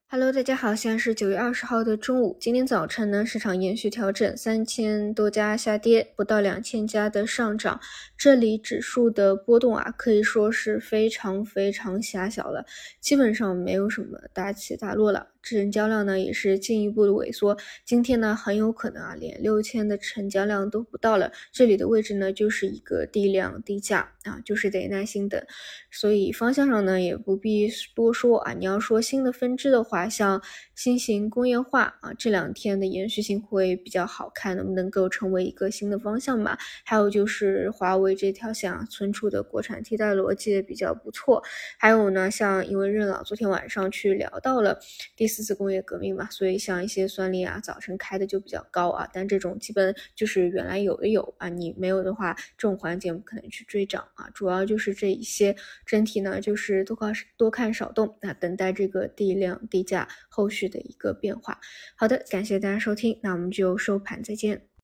Hello，大家好，现在是9月20号的中午。今天早晨呢，市场延续调整，3000多家下跌，不到2000家的上涨。这里指数的波动啊，可以说是非常狭小了，基本上没有什么大起大落了。成交量呢也是进一步的萎缩，今天呢很有可能啊连6000的成交量都不到了。这里的位置呢就是一个低量低价啊，就是得耐心等。所以方向上呢也不必多说啊，你要说新的分支的话，像新型工业化啊，这2天的延续性会比较好看，能不能够成为一个新的方向吧？还有就是华为这条线啊，存储的国产替代逻辑也比较不错。还有呢，像因为任老昨天晚上去聊到了第4次工业革命嘛，所以像一些算力啊，早晨开的就比较高啊，但这种基本就是原来有的有啊，你没有的话，这种环节不可能去追涨啊，主要就是这一些，整体呢就是多看少动，那等待这个低量低价后续的一个变化。好的，感谢大家收听，那我们就收盘再见。